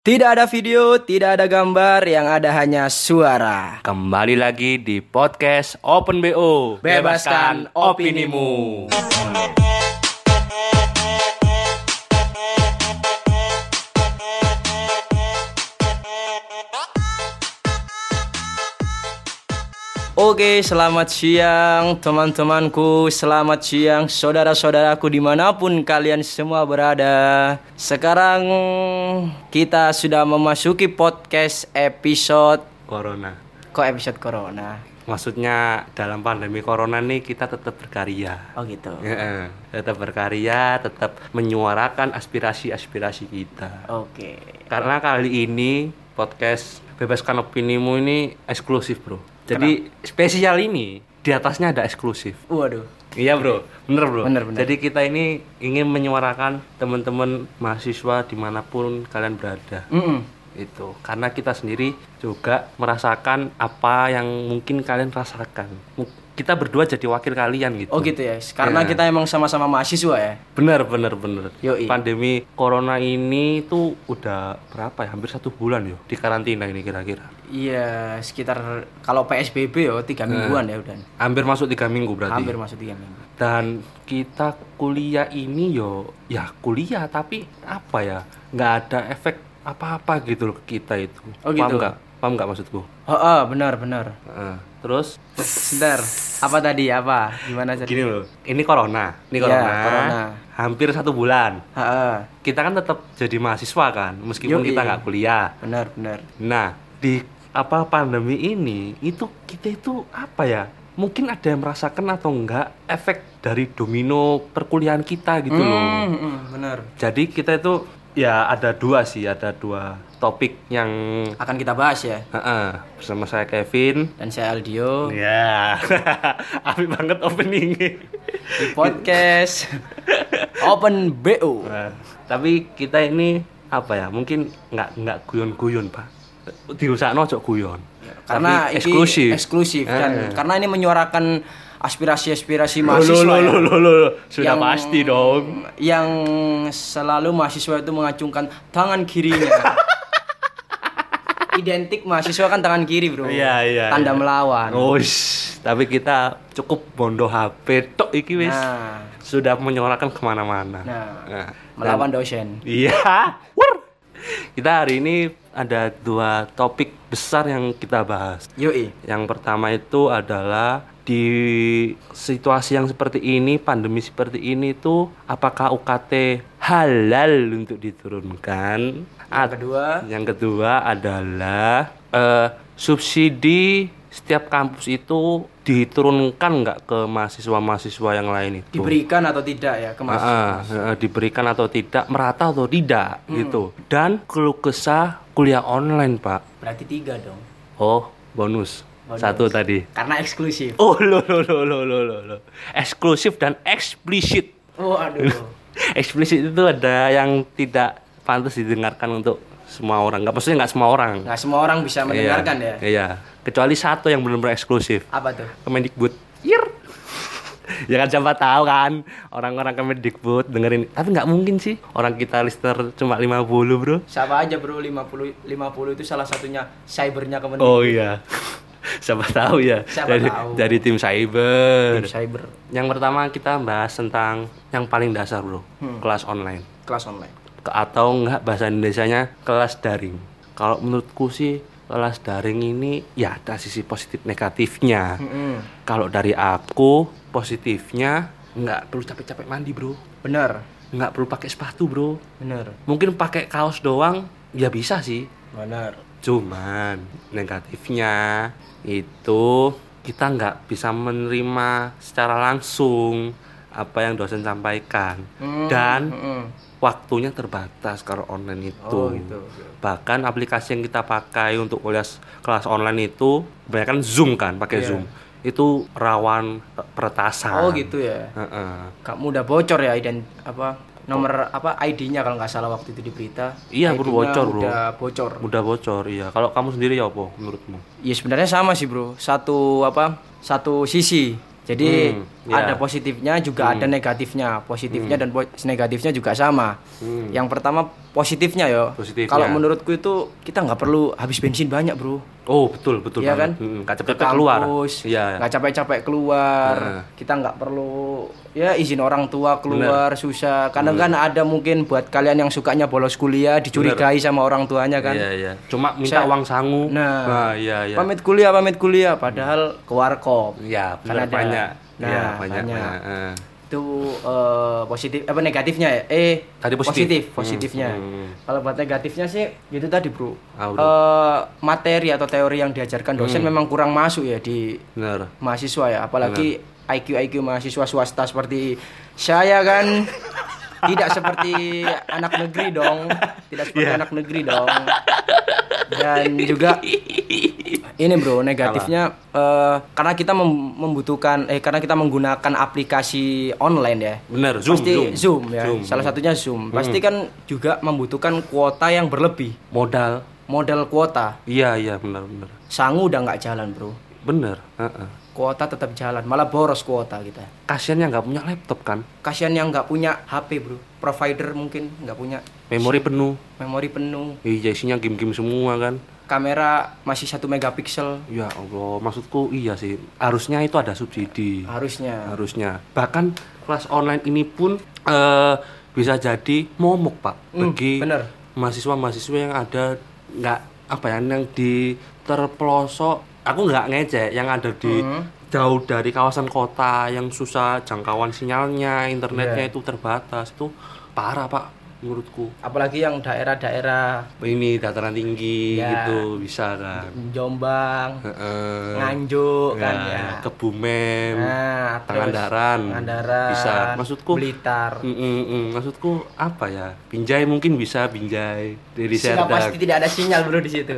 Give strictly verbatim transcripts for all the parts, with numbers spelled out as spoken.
Tidak ada video, tidak ada gambar, yang ada hanya suara. Kembali lagi di podcast Open B O. Bebaskan opinimu. Oke, selamat siang teman-temanku, selamat siang saudara-saudaraku dimanapun kalian semua berada. Sekarang kita sudah memasuki podcast episode Corona. Kok episode Corona? Maksudnya dalam pandemi Corona nih kita tetap berkarya. Oh gitu. Ya, tetap berkarya, tetap menyuarakan aspirasi-aspirasi kita. Oke. Karena kali ini podcast Bebaskan Opinimu ini eksklusif, bro. Jadi kenapa? Spesial ini di atasnya ada eksklusif. Waduh. Iya bro, bener bro. Bener, bener. Jadi kita ini ingin menyuarakan teman-teman mahasiswa dimanapun kalian berada. Mm-mm. Itu karena kita sendiri juga merasakan apa yang mungkin kalian rasakan. Kita berdua jadi wakil kalian gitu. Oh gitu ya. Karena ya. Kita emang sama-sama mahasiswa ya. Bener bener bener. Yoi. Pandemi Corona ini tuh udah berapa ya? Hampir satu bulan yo di karantina ini kira-kira. Iya, sekitar kalau P S B B yo tiga mingguan nah, ya udah. Hampir masuk tiga minggu berarti. Hampir masuk tiga minggu. Dan kita kuliah ini yo, ya kuliah tapi apa ya? Nggak ada efek apa-apa gitu loh ke kita itu. Oh gitu. Paham nggak? Paham nggak maksudku? Oh, oh benar benar. Uh, terus? Sebentar. Apa tadi? Apa? Gimana tadi? Gini loh. Ini corona. Ini corona. Ya, corona. Hampir satu bulan. Heeh. Kita kan tetap jadi mahasiswa kan, meskipun Yui. kita nggak kuliah. Benar benar. Nah di apa pandemi ini itu kita itu apa ya? Mungkin ada yang merasakan atau enggak efek dari domino perkuliahan kita gitu mm, loh. Mm, benar. Jadi kita itu ya ada dua sih, ada dua topik yang akan kita bahas ya. Uh-uh, bersama saya Kevin dan saya Aldio. Ya, apik banget openingnya di podcast Open B O. Nah, tapi kita ini apa ya? Mungkin nggak nggak guyon-guyon pak. Diusahno ojo guyon. Ya, karena tapi eksklusif. Eksklusif dan uh. karena ini menyuarakan aspirasi-aspirasi Loh, mahasiswa. loh, ya. loh, loh, loh. Sudah yang, pasti dong. Yang selalu mahasiswa itu mengacungkan tangan kirinya. Identik mahasiswa kan tangan kiri bro. Iya iya. Tanda iya. melawan. Oh, tapi kita cukup bondo H P tok iki wis. Nah. Sudah menyuarakan kemana-mana. Nah. nah melawan dan, dosen. Iya. Kita hari ini ada dua topik besar yang kita bahas. Yoi. Yang pertama itu adalah di situasi yang seperti ini, pandemi seperti ini tuh apakah U K T halal untuk diturunkan? Yang kedua, yang kedua adalah uh, subsidi setiap kampus itu diturunkan nggak ke mahasiswa-mahasiswa yang lain itu? Diberikan atau tidak ya ke mahasiswa? Uh, uh, diberikan atau tidak, merata atau tidak hmm. gitu. Dan keluh kesah kuliah online pak. Berarti tiga dong. Oh bonus. Bonus. Satu tadi. Karena eksklusif. Oh lo lo lo lo lo lo. Eksklusif dan eksplisit. Oh aduh. Eksplisit itu ada yang tidak pantas didengarkan untuk semua orang. Nggak, maksudnya nggak semua orang. Nggak semua orang bisa mendengarkan iya, ya. Iya. Kecuali satu yang benar-benar eksklusif. Apa tuh? Kemendikbud. Yir. Ya kan siapa tahu kan orang-orang Kemendikbud dengerin. Tapi nggak mungkin sih orang kita listener cuma lima puluh bro. Siapa aja bro, lima puluh lima puluh itu salah satunya cybernya Kemendikbud. Oh iya. Siapa tahu ya. Siapa dari, tahu. dari tim cyber. Tim cyber. Yang pertama kita bahas tentang yang paling dasar bro, hmm. kelas online. Kelas online. Atau enggak bahasa Indonesianya kelas daring. Kalau menurutku sih kelas daring ini ya ada sisi positif negatifnya. Hmm. Kalau dari aku positifnya enggak perlu capek-capek mandi bro. Bener. Enggak perlu pakai sepatu bro. Bener. Mungkin pakai kaos doang ya bisa sih. Bener. Cuman negatifnya itu kita nggak bisa menerima secara langsung apa yang dosen sampaikan hmm, dan hmm. waktunya terbatas kalau online itu. Oh, gitu. Bahkan aplikasi yang kita pakai untuk kuliah kelas online itu kebanyakan Zoom kan, pakai yeah. Zoom. Itu rawan peretasan. Oh gitu ya. Uh-uh. Kamu udah bocor ya ident apa nomor apa I D-nya kalau nggak salah waktu itu di berita. Iya, bro, bocor, bro. Udah bocor. Udah bocor, iya. Kalau kamu sendiri ya apa menurutmu? Ya sebenarnya sama sih, bro. Satu apa? Satu sisi. Jadi hmm, yeah. ada positifnya juga hmm. ada negatifnya. Positifnya hmm. dan po- negatifnya juga sama. Hmm. Yang pertama positifnya ya. Positifnya. Kalau menurutku itu kita nggak perlu habis bensin banyak, Bro. Oh, betul betul Iya kan? Hmm, nggak Ke capek keluar. kampus, Iya. nggak capek-capek keluar. Nah. Kita nggak perlu ya izin orang tua keluar susah. Kadang kan ada mungkin buat kalian yang sukanya bolos kuliah dicurigai sama orang tuanya kan. Iya, iya. Cuma minta Saya- uang sangu. Nah, iya, iya. Pamit kuliah, pamit kuliah padahal ke warkop. Iya, Kan benar ada. banyak. Nah, Iya, banyak. banyak. Nah, eh. Itu eh, positif apa negatifnya ya? Eh Tadi positif. positifnya. Hmm, hmm. Kalau buat negatifnya sih gitu tadi, Bro. Ah, udah. Eh, materi atau teori yang diajarkan dosen Hmm. memang kurang masuk ya di Benar. mahasiswa ya, apalagi I Q I Q mahasiswa swasta seperti saya kan tidak seperti anak negeri dong, tidak seperti Yeah. anak negeri dong. Dan juga ini bro negatifnya eh, karena kita mem- membutuhkan eh karena kita menggunakan aplikasi online ya. Benar, Zoom, pasti Zoom. Zoom ya. Zoom. Salah satunya Zoom. Pasti kan juga membutuhkan kuota yang berlebih. Modal. Modal kuota. Iya, iya, benar, benar. Sangu udah nggak jalan bro. Benar, heeh. Kuota tetap jalan, malah boros kuota kita. Kasian yang nggak punya laptop kan. Kasihan yang nggak punya H P bro, provider mungkin nggak punya Memori penuh. memori penuh, Iya, isinya game-game semua kan. kamera masih satu megapiksel Ya Allah, maksudku iya sih. Harusnya itu ada subsidi. harusnya. Harusnya. Bahkan kelas online ini pun eh, bisa jadi momok pak Hmm, bagi bener. mahasiswa-mahasiswa yang ada nggak apa ya yang di terpelosok. Aku nggak ngecek yang ada di Hmm. jauh dari kawasan kota yang susah jangkauan sinyalnya, internetnya Iya. itu terbatas. Itu parah pak menurutku. Apalagi yang daerah-daerah Ini dataran tinggi Ya. gitu bisa kan. Jombang, Heeh. Nganjuk kan Ya, ya. Kebumen, Nah, terus Pangandaran, Pangandaran, bisa. Maksudku, Blitar. Mm, mm, mm. maksudku apa ya? Binjai mungkin bisa Binjai dari Sudah Serdang. pasti tidak ada sinyal bro di situ.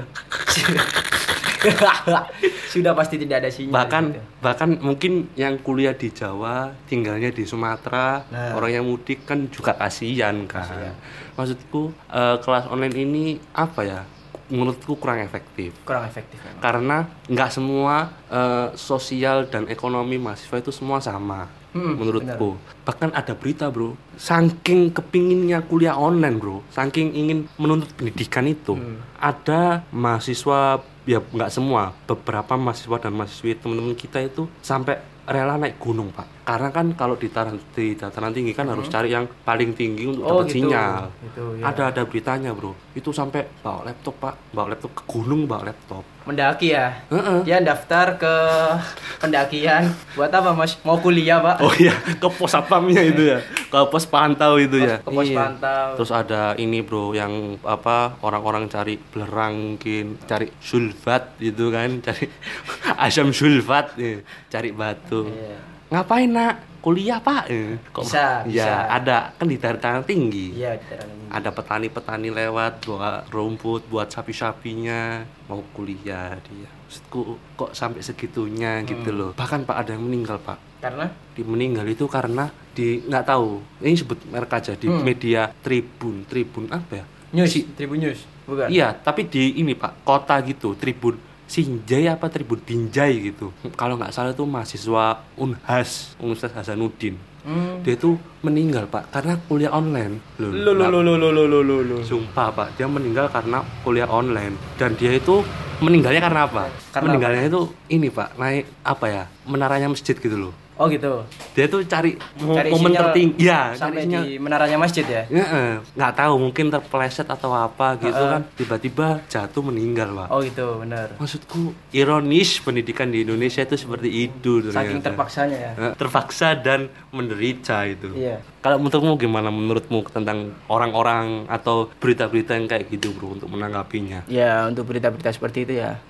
Sudah pasti tidak ada sinyal. Bahkan di situ. bahkan mungkin yang kuliah di Jawa, tinggalnya di Sumatera, Nah. orang yang mudik kan juga kasihan kan. Kasihan. Maksudku eh, kelas online ini apa ya? Menurutku kurang efektif. kurang efektif memang. Karena nggak semua eh, sosial dan ekonomi mahasiswa itu semua sama. Hmm, menurutku bahkan ada berita bro saking kepinginnya kuliah online bro saking ingin menuntut pendidikan itu Hmm. ada mahasiswa ya nggak semua beberapa mahasiswa dan mahasiswi teman-teman kita itu sampai rela naik gunung pak karena kan kalau di, taran, di dataran tinggi kan harus cari yang paling tinggi untuk Oh, dapat gitu. sinyal Gitu, ya. ada ada beritanya bro itu sampai bawa laptop pak bawa laptop ke gunung bawa laptop. Mendaki ya. Heeh. Dia daftar ke pendakian buat apa Mas? Mau kuliah, Pak? Oh iya, ke pos satpamnya itu ya, ke pos pantau itu ya. Ke pos Iya. pantau. Terus ada ini bro, yang apa orang-orang cari belerang mungkin, cari sulfat gitu kan, cari asam sulfat, ya. Cari batu. Iya. Ngapain nak? Kuliah pak? Eh, Kok Bisa, ya, bisa. ada kan di dataran tinggi. Iya, di daerah ini. Ada petani-petani lewat buat rumput, buat sapi-sapinya, mau kuliah dia. Maksudku kok sampai segitunya gitu Hmm. loh. Bahkan pak ada yang meninggal pak. Karena Di meninggal itu karena di nggak tahu ini sebut merek aja di Hmm. media Tribun Tribun apa ya News, Tribun News, bukan? iya tapi di ini pak kota gitu Tribun Sinjai apa Tribun Binjai gitu kalau nggak salah itu mahasiswa Unhas Universitas Hasanuddin Hmm. dia itu meninggal pak karena kuliah online loh Lo lo lo lo lo lo lo lo lo. sumpah pak dia meninggal karena kuliah online dan dia itu meninggalnya karena apa Karena meninggalnya itu ini pak naik apa ya menaranya masjid gitu loh. Oh gitu. Dia tuh cari, mo- Cari momen sinyal tertinggi ya, cari sampai sinyal. di menaranya masjid ya. Nggak, nggak tahu mungkin terpeleset atau apa gitu Heeh. kan tiba-tiba jatuh meninggal pak. Oh gitu, benar. Maksudku ironis pendidikan di Indonesia itu seperti itu Saking ternyata. terpaksanya ya. Eh, terpaksa dan menderita itu. Iya. Kalau menurutmu gimana menurutmu tentang orang-orang atau berita-berita yang kayak gitu bro untuk menanggapinya? Ya, untuk berita-berita seperti itu ya.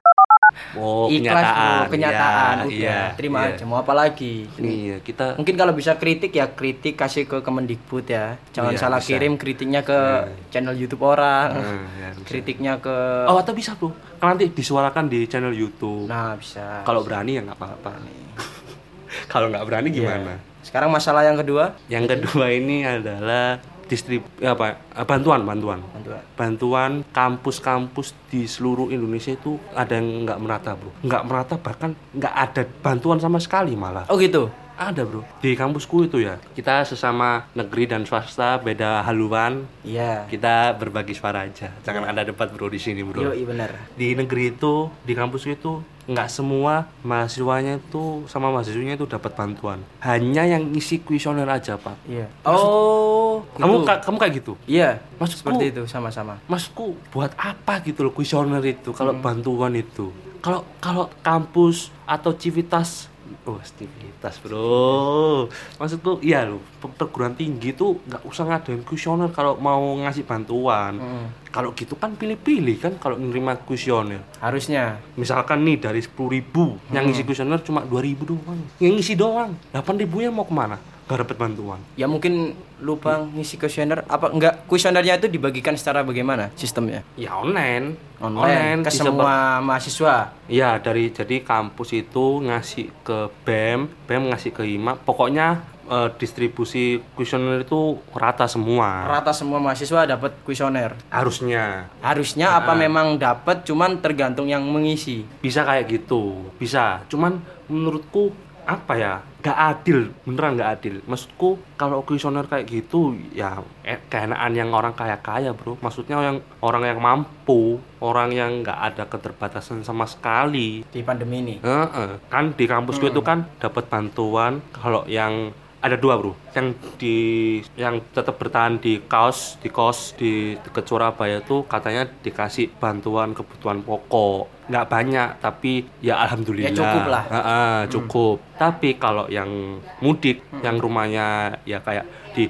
Oh Ikhlas kenyataan, bro, kenyataan Iya, udah. iya, Terima iya. aja. Mau apa lagi? Iya kita Mungkin kalau bisa kritik ya kritik kasih ke Kemendikbud ya. Jangan Iya, salah bisa. kirim kritiknya ke Iya. channel YouTube orang. Eh, ya, bisa. Kritiknya ke Oh atau bisa bro, kan nanti disuarakan di channel YouTube. Nah, bisa. Kalau berani ya nggak apa-apa. Kalau nggak berani Iya. gimana? Sekarang masalah yang kedua, Yang kedua ini adalah distrib apa eh, bantuan bantuan bantuan. bantuan kampus-kampus di seluruh Indonesia itu ada yang nggak merata bro, nggak merata bahkan nggak ada bantuan sama sekali malah. Oh gitu. Ada bro, di kampusku itu ya, kita sesama negeri dan swasta beda haluan. Iya. Kita berbagi suara aja, jangan ada debat bro di sini bro. Yo, iya benar. Di negeri itu, di kampus itu nggak semua mahasiswanya itu sama mahasiswanya itu dapat bantuan. Hanya yang isi kuesioner aja pak. Iya. Oh, Kamu gitu. ka- kamu kayak gitu? Iya. Maksudku- Seperti itu sama-sama. Maksudku buat apa gitu loh kuesioner itu kalau Hmm. bantuan itu? Kalau kalau kampus atau civitas, oh civitas bro, maksudku iya loh per- perguruan tinggi tuh nggak usah ngadain kuesioner kalau mau ngasih bantuan. Hmm. Kalau gitu kan pilih-pilih kan kalau nerima kuesioner. Harusnya. Misalkan nih dari sepuluh ribu yang Hmm. ngisi kuesioner cuma dua ribu doang, yang ngisi doang delapan ribunya mau kemana? Gak dapat bantuan. Ya mungkin lupa ngisi kuesioner apa enggak kuesionernya itu dibagikan secara bagaimana sistemnya? Ya online, Online, ke bisa semua mahasiswa. Iya, dari jadi kampus itu ngasih ke B E M, B E M ngasih ke Hima. Pokoknya eh, distribusi kuesioner itu rata semua. Rata semua mahasiswa dapat kuesioner. Harusnya Harusnya apa Ah. memang dapat cuman tergantung yang mengisi. bisa kayak gitu, bisa. Cuman menurutku apa ya? Gak adil, beneran gak adil. Maksudku kalau kuesioner kayak gitu ya eh, keenaan yang orang kaya-kaya bro. Maksudnya yang orang yang mampu, orang yang nggak ada keterbatasan sama sekali. Di pandemi ini. Heeh. Kan di kampusku Hmm. itu kan dapat bantuan kalau yang ada dua bro, yang di yang tetap bertahan di kos di kos di dekat Surabaya tuh katanya dikasih bantuan kebutuhan pokok, nggak banyak tapi ya alhamdulillah Ya, cukup lah. Heeh, cukup. Tapi kalau yang mudik yang rumahnya ya kayak di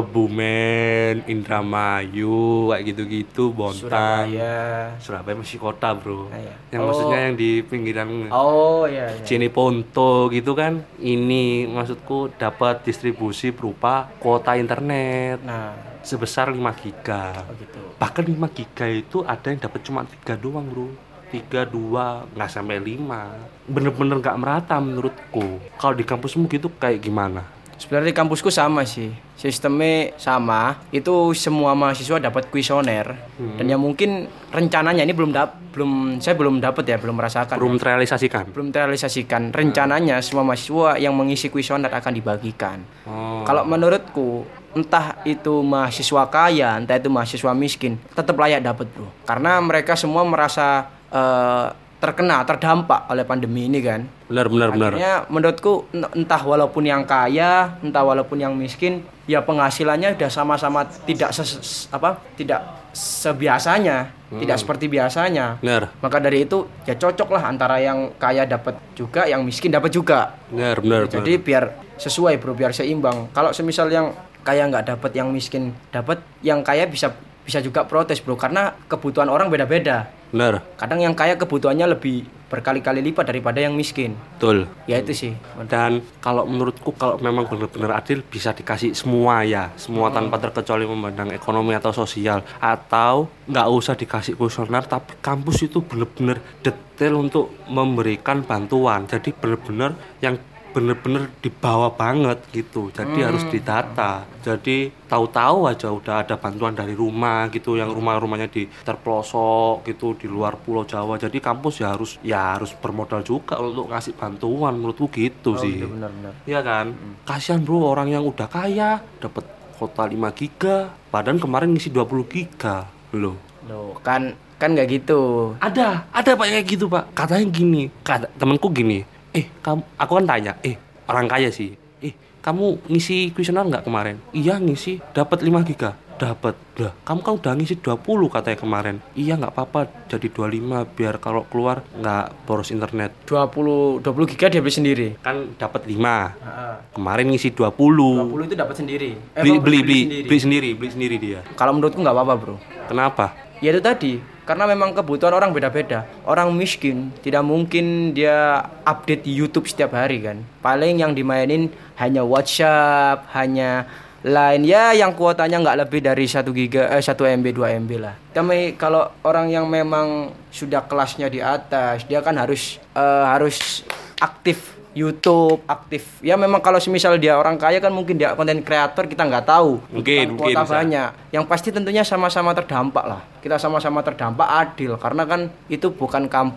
Kebumen, Indramayu kayak gitu-gitu, Bontang, Surabaya. Surabaya masih kota bro. Ah, iya. Yang Oh. maksudnya yang di pinggiran Oh iya iya. Cineponto gitu kan. Ini maksudku dapat distribusi berupa kuota internet Nah, sebesar lima giga. oh gitu. Bahkan lima giga itu ada yang dapat cuma tiga doang bro. tiga, dua, nggak sampai lima. Bener-bener nggak merata menurutku. Kalau di kampusmu gitu kayak gimana? Sebenarnya di kampusku sama sih. Sistemnya sama. Itu semua mahasiswa dapat kuesioner. Hmm. Dan ya mungkin rencananya ini belum dap belum saya belum dapat ya, belum merasakan. Belum terrealisasikan? belum terrealisasikan. Rencananya semua mahasiswa yang mengisi kuesioner akan dibagikan. Oh. Kalau menurutku, entah itu mahasiswa kaya, entah itu mahasiswa miskin, tetap layak dapat, bro. Karena mereka semua merasa eh, terkena, terdampak oleh pandemi ini kan. Benar, benar, benar. Akhirnya menurutku ent- entah walaupun yang kaya, entah walaupun yang miskin, ya penghasilannya udah sama-sama tidak ses- apa, tidak sebiasanya, tidak seperti biasanya. Benar, Maka dari itu ya cocok lah antara yang kaya dapat juga, yang miskin dapat juga. benar, benar. Jadi biar sesuai bro, biar seimbang. Kalau semisal yang kaya nggak dapat, yang miskin dapat, yang kaya bisa bisa juga protes bro, karena kebutuhan orang beda-beda. Benar, Kadang yang kaya kebutuhannya lebih berkali-kali lipat daripada yang miskin. betul. Ya itu sih. Dan kalau menurutku kalau memang benar-benar adil bisa dikasih semua ya, semua tanpa terkecuali memandang ekonomi atau sosial, atau nggak usah dikasih kuesioner tapi kampus itu benar-benar detail untuk memberikan bantuan. Jadi benar-benar yang bener-bener di bawah banget gitu, jadi harus didata. Jadi tahu-tahu aja udah ada bantuan dari rumah gitu, yang rumah-rumahnya di terpelosok gitu di luar Pulau Jawa. Jadi kampus ya harus ya harus bermodal juga untuk ngasih bantuan, menurutku gitu Oh, sih. gitu, benar-benar. Iya kan? Kasihan bro orang yang udah kaya dapat kuota lima giga, padahal kemarin ngisi dua puluh giga loh. Loh, kan kan nggak gitu. Ada, ada pak kayak gitu pak. Katanya gini, kata temanku gini. Eh, kamu, aku kan tanya, eh orang kaya sih. Eh, kamu ngisi kuesioner nggak kemarin? Iya ngisi, dapat lima giga. Dapat. Lah, kamu kan udah ngisi dua puluh katanya kemarin. Iya nggak apa-apa, jadi dua puluh lima biar kalau keluar nggak boros internet. dua puluh dua puluh giga dia beli sendiri. Kan dapat lima. Heeh. Kemarin ngisi dua puluh. dua puluh itu dapat sendiri. Eh, Beli apa, beli beli, sendiri. beli sendiri, beli sendiri dia. Kalau menurutku nggak apa-apa, bro. Kenapa? Ya itu tadi, karena memang kebutuhan orang beda-beda. Orang miskin tidak mungkin dia update YouTube setiap hari kan. Paling yang dimainin hanya WhatsApp, hanya Line, ya yang kuotanya nggak lebih dari satu giga, eh satu M B, dua M B lah. Tapi kalau orang yang memang sudah kelasnya di atas, dia kan harus eh, harus aktif YouTube, aktif. Ya memang kalau semisal dia orang kaya kan mungkin dia konten kreator, kita nggak tahu. Mungkin, Bukan mungkin kuota bisa. banyak. Yang pasti tentunya sama-sama terdampak lah. Kita sama-sama terdampak adil karena kan itu bukan kampus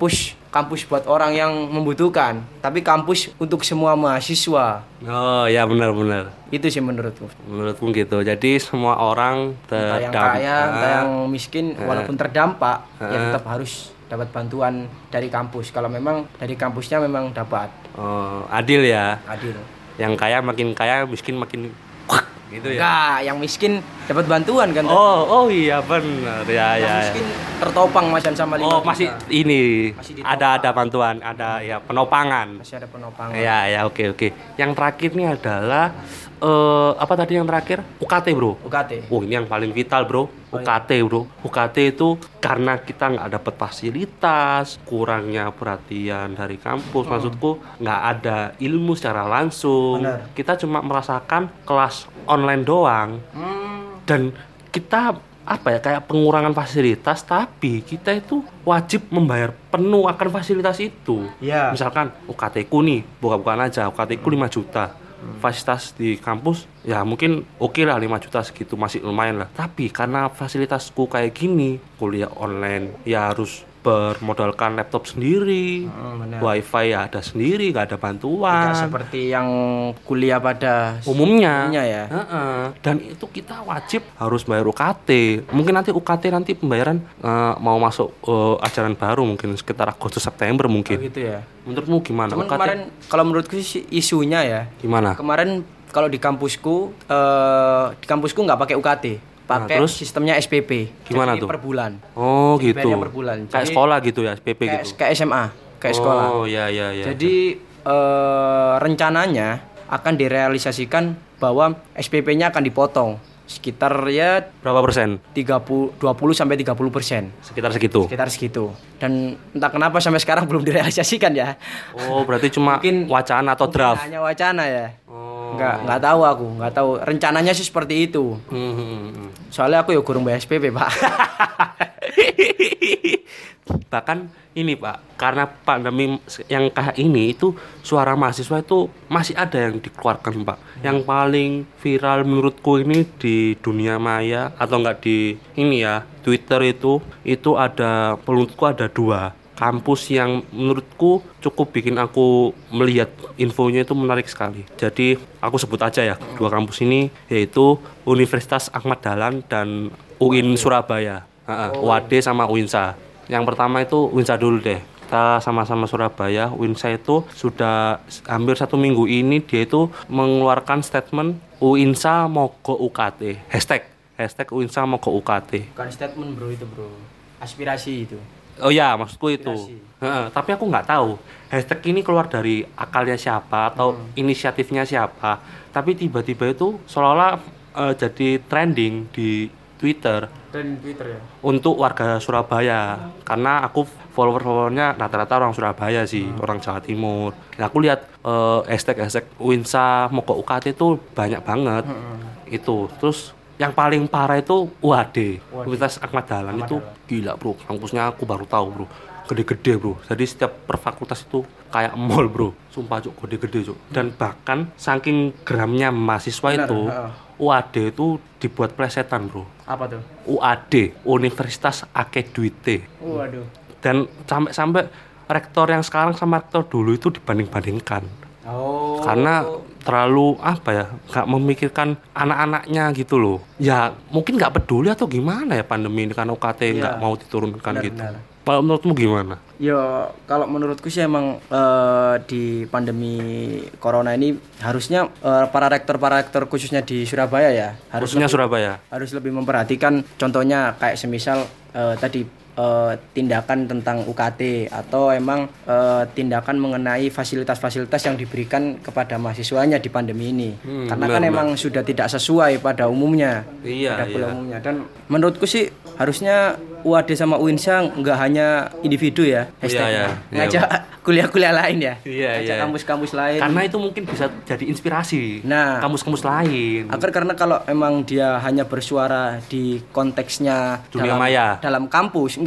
kampus buat orang yang membutuhkan, tapi kampus untuk semua mahasiswa. Oh ya, benar-benar. Itu sih menurutku. Menurutku gitu. Jadi semua orang Entah yang terdampak, kaya, entah yang miskin, Ah. walaupun terdampak, ya Ah. tetap harus dapat bantuan dari kampus. Kalau memang dari kampusnya memang dapat. oh, adil ya. Adil. Yang kaya makin kaya, miskin makin gitu ya. Enggak, yang miskin dapat bantuan kan. Oh, oh iya benar. Ya, yang ya. miskin tertopang macam sama lima Oh, masih juta. ini. Masih ditopang. ada ada bantuan, ada ya penopangan. Masih ada penopangan. Ya, ya, oke, oke. Yang terakhir nih adalah eh apa tadi yang terakhir? U K T, Bro. U K T. Oh, ini yang paling vital, Bro. U K T, Bro. U K T itu karena kita nggak dapat fasilitas, kurangnya perhatian dari kampus. Hmm. Maksudku nggak ada ilmu secara langsung. Benar. Kita cuma merasakan kelas online doang. Hmm. Dan kita apa ya kayak pengurangan fasilitas, tapi kita itu wajib membayar penuh akan fasilitas itu. Iya. Misalkan U K T-ku nih, buka-bukaan aja, U K T-ku lima juta. Fasilitas di kampus ya mungkin oke lah lima juta segitu masih lumayan lah. Tapi karena fasilitasku kayak gini, kuliah online ya harus bermodalkan laptop sendiri, Hmm, benar. wifi ya ada sendiri, gak ada bantuan. Tidak seperti yang kuliah pada umumnya, umumnya ya. Heeh. Dan itu kita wajib harus bayar U K T. Mungkin nanti U K T nanti pembayaran eh, mau masuk eh, ajaran baru mungkin sekitar Agustus September Oh, mungkin. gitu ya. Menurutmu gimana? Cuman U K T kemarin kalau menurutku sih isunya ya. gimana? Kemarin kalau di kampusku eh, di kampusku nggak pakai U K T, pakai Nah, terus? sistemnya S P P. Gimana Jadi tuh? per bulan. Oh Jadi gitu. bayarnya per bulan. Kayak Jadi sekolah gitu ya, S P P Kayak, gitu. kayak S M A, kayak sekolah. Oh ya ya ya. Jadi eh, rencananya akan direalisasikan bahwa S P P-nya akan dipotong sekitar ya berapa persen? tiga puluh dua puluh sampai tiga puluh persen. Sekitar segitu. Sekitar segitu. Dan entah kenapa sampai sekarang belum direalisasikan ya. Oh, berarti cuma Mungkin- wacana atau Mungkin draft. hanya wacana ya. Oh. Nggak, nggak tahu aku, nggak tahu. Rencananya sih seperti itu. Hmm, hmm, hmm. Soalnya aku ya gurung bayar S P P, Pak. Bahkan ini Pak, karena pandemi yang kayak ini itu suara mahasiswa itu masih ada yang dikeluarkan Pak. Yang paling viral menurutku ini di dunia maya atau enggak di ini ya Twitter itu itu ada menurutku ada dua kampus yang menurutku cukup bikin aku melihat infonya itu menarik sekali. Jadi aku sebut aja ya dua kampus ini yaitu Universitas Ahmad Dahlan dan U I N Surabaya. Heeh, U A D sama UINSA. Yang pertama itu UINSA dulu deh. Kita sama-sama Surabaya. UINSA itu sudah hampir satu minggu ini dia itu mengeluarkan statement UINSA mau ke U K T. Hashtag hashtag UINSA mau ke U K T. Bukan statement, Bro, itu, Bro. Aspirasi itu. Oh ya, maksudku itu. Aspirasi. Heeh, tapi aku nggak tahu hashtag ini keluar dari akalnya siapa atau inisiatifnya siapa. Tapi tiba-tiba itu seolah-olah eh, jadi trending di Twitter Dan Twitter ya. untuk warga Surabaya karena aku follower-followernya rata-rata orang Surabaya sih, orang Jawa Timur. Nah, aku lihat eh, hashtag-hashtag UINSA mau ke U K T itu banyak banget. Itu. Terus yang paling parah itu U A D, Universitas Ahmad Dahlan itu gila, Bro. Kampusnya aku baru tahu, Bro. Gede-gede, Bro. Jadi setiap per fakultas itu kayak mall, Bro. Sumpah, Cuk, gede-gede, Cuk. Dan bahkan saking geramnya mahasiswa Benar, itu, heeh. U A D itu dibuat plesetan, Bro. Apa tuh? U A D, Universitas Ake Duite. Waduh. Dan sampai-sampai rektor yang sekarang sama rektor dulu itu dibanding-bandingkan. Oh. Karena terlalu apa ya, nggak memikirkan anak-anaknya gitu loh. Ya mungkin nggak peduli atau gimana ya pandemi ini karena U K T nggak Iya. mau diturunkan Benar, gitu. benar. Kalau menurutmu gimana? Ya, kalau menurutku sih emang eh, di pandemi corona ini harusnya eh, para rektor para rektor khususnya di Surabaya ya harus Khususnya lebih, Surabaya. harus lebih memperhatikan contohnya kayak semisal eh, tadi eh, tindakan tentang U K T atau emang eh, tindakan mengenai fasilitas-fasilitas yang diberikan kepada mahasiswanya di pandemi ini. Hmm, Karena benar, kan benar. emang sudah tidak sesuai pada umumnya. Iya, pada kuliah iya. umumnya. Dan menurutku sih harusnya U A D sama UINSA nggak hanya individu ya hashtagnya, iya, iya. ngajak kuliah-kuliah lain ya, Iya, ngajak iya. kampus-kampus lain. Karena itu mungkin bisa jadi inspirasi. Nah. kampus-kampus lain. Agar karena kalau emang dia hanya bersuara di konteksnya Dunia dalam, maya. dalam kampus, enggak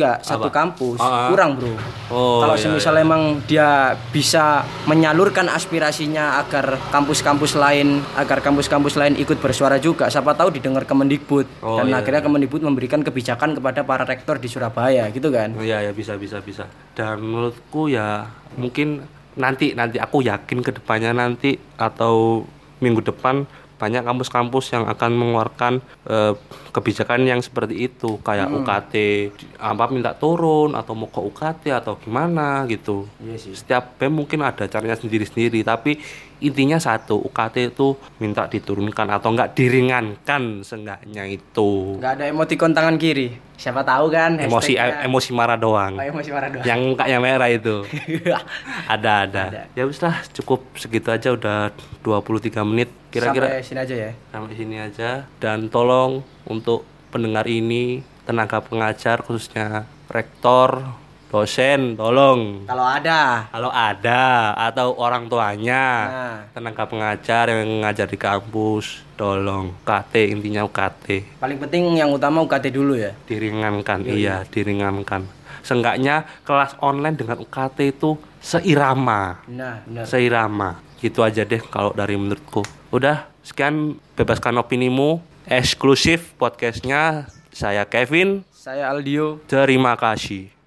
enggak satu Apa? kampus Uh-uh. kurang bro. Oh, Kalau iya, semisal iya. emang dia bisa menyalurkan aspirasinya agar kampus-kampus lain agar kampus-kampus lain ikut bersuara juga, siapa tahu didengar Kemendikbud Oh, dan iya, akhirnya iya. Kemendikbud memberikan kebijakan kepada para rektor di Surabaya gitu kan. Iya ya bisa bisa bisa. Dan menurutku ya mungkin nanti nanti aku yakin kedepannya nanti atau minggu depan banyak kampus-kampus yang akan mengeluarkan eh, kebijakan yang seperti itu kayak Hmm. U K T apa minta turun atau mau ke U K T atau gimana gitu. Iya sih. Setiap B E M mungkin ada caranya sendiri-sendiri tapi intinya satu U K T itu minta diturunkan atau enggak diringankan seenggaknya itu. Nggak ada emoticon tangan kiri. Siapa tahu kan Emosi hashtagnya. emosi marah doang. Oh, emosi marah doang. Yang mukanya merah itu. ada ada. Ada. Ya wis lah, cukup segitu aja udah dua puluh tiga menit kira-kira Sampai sini aja ya. sampai sini aja dan tolong untuk pendengar ini tenaga pengajar khususnya rektor, dosen tolong Kalau ada. kalau ada atau orang tuanya Nah. tenaga pengajar yang ngajar di kampus tolong U K T intinya U K T Paling penting yang utama U K T dulu ya. diringankan iya diringankan seenggaknya kelas online dengan U K T itu seirama Nah, benar. seirama gitu aja deh kalau dari menurutku udah sekian bebaskan opinimu eksklusif podcastnya saya Kevin Saya Aldio. terima kasih.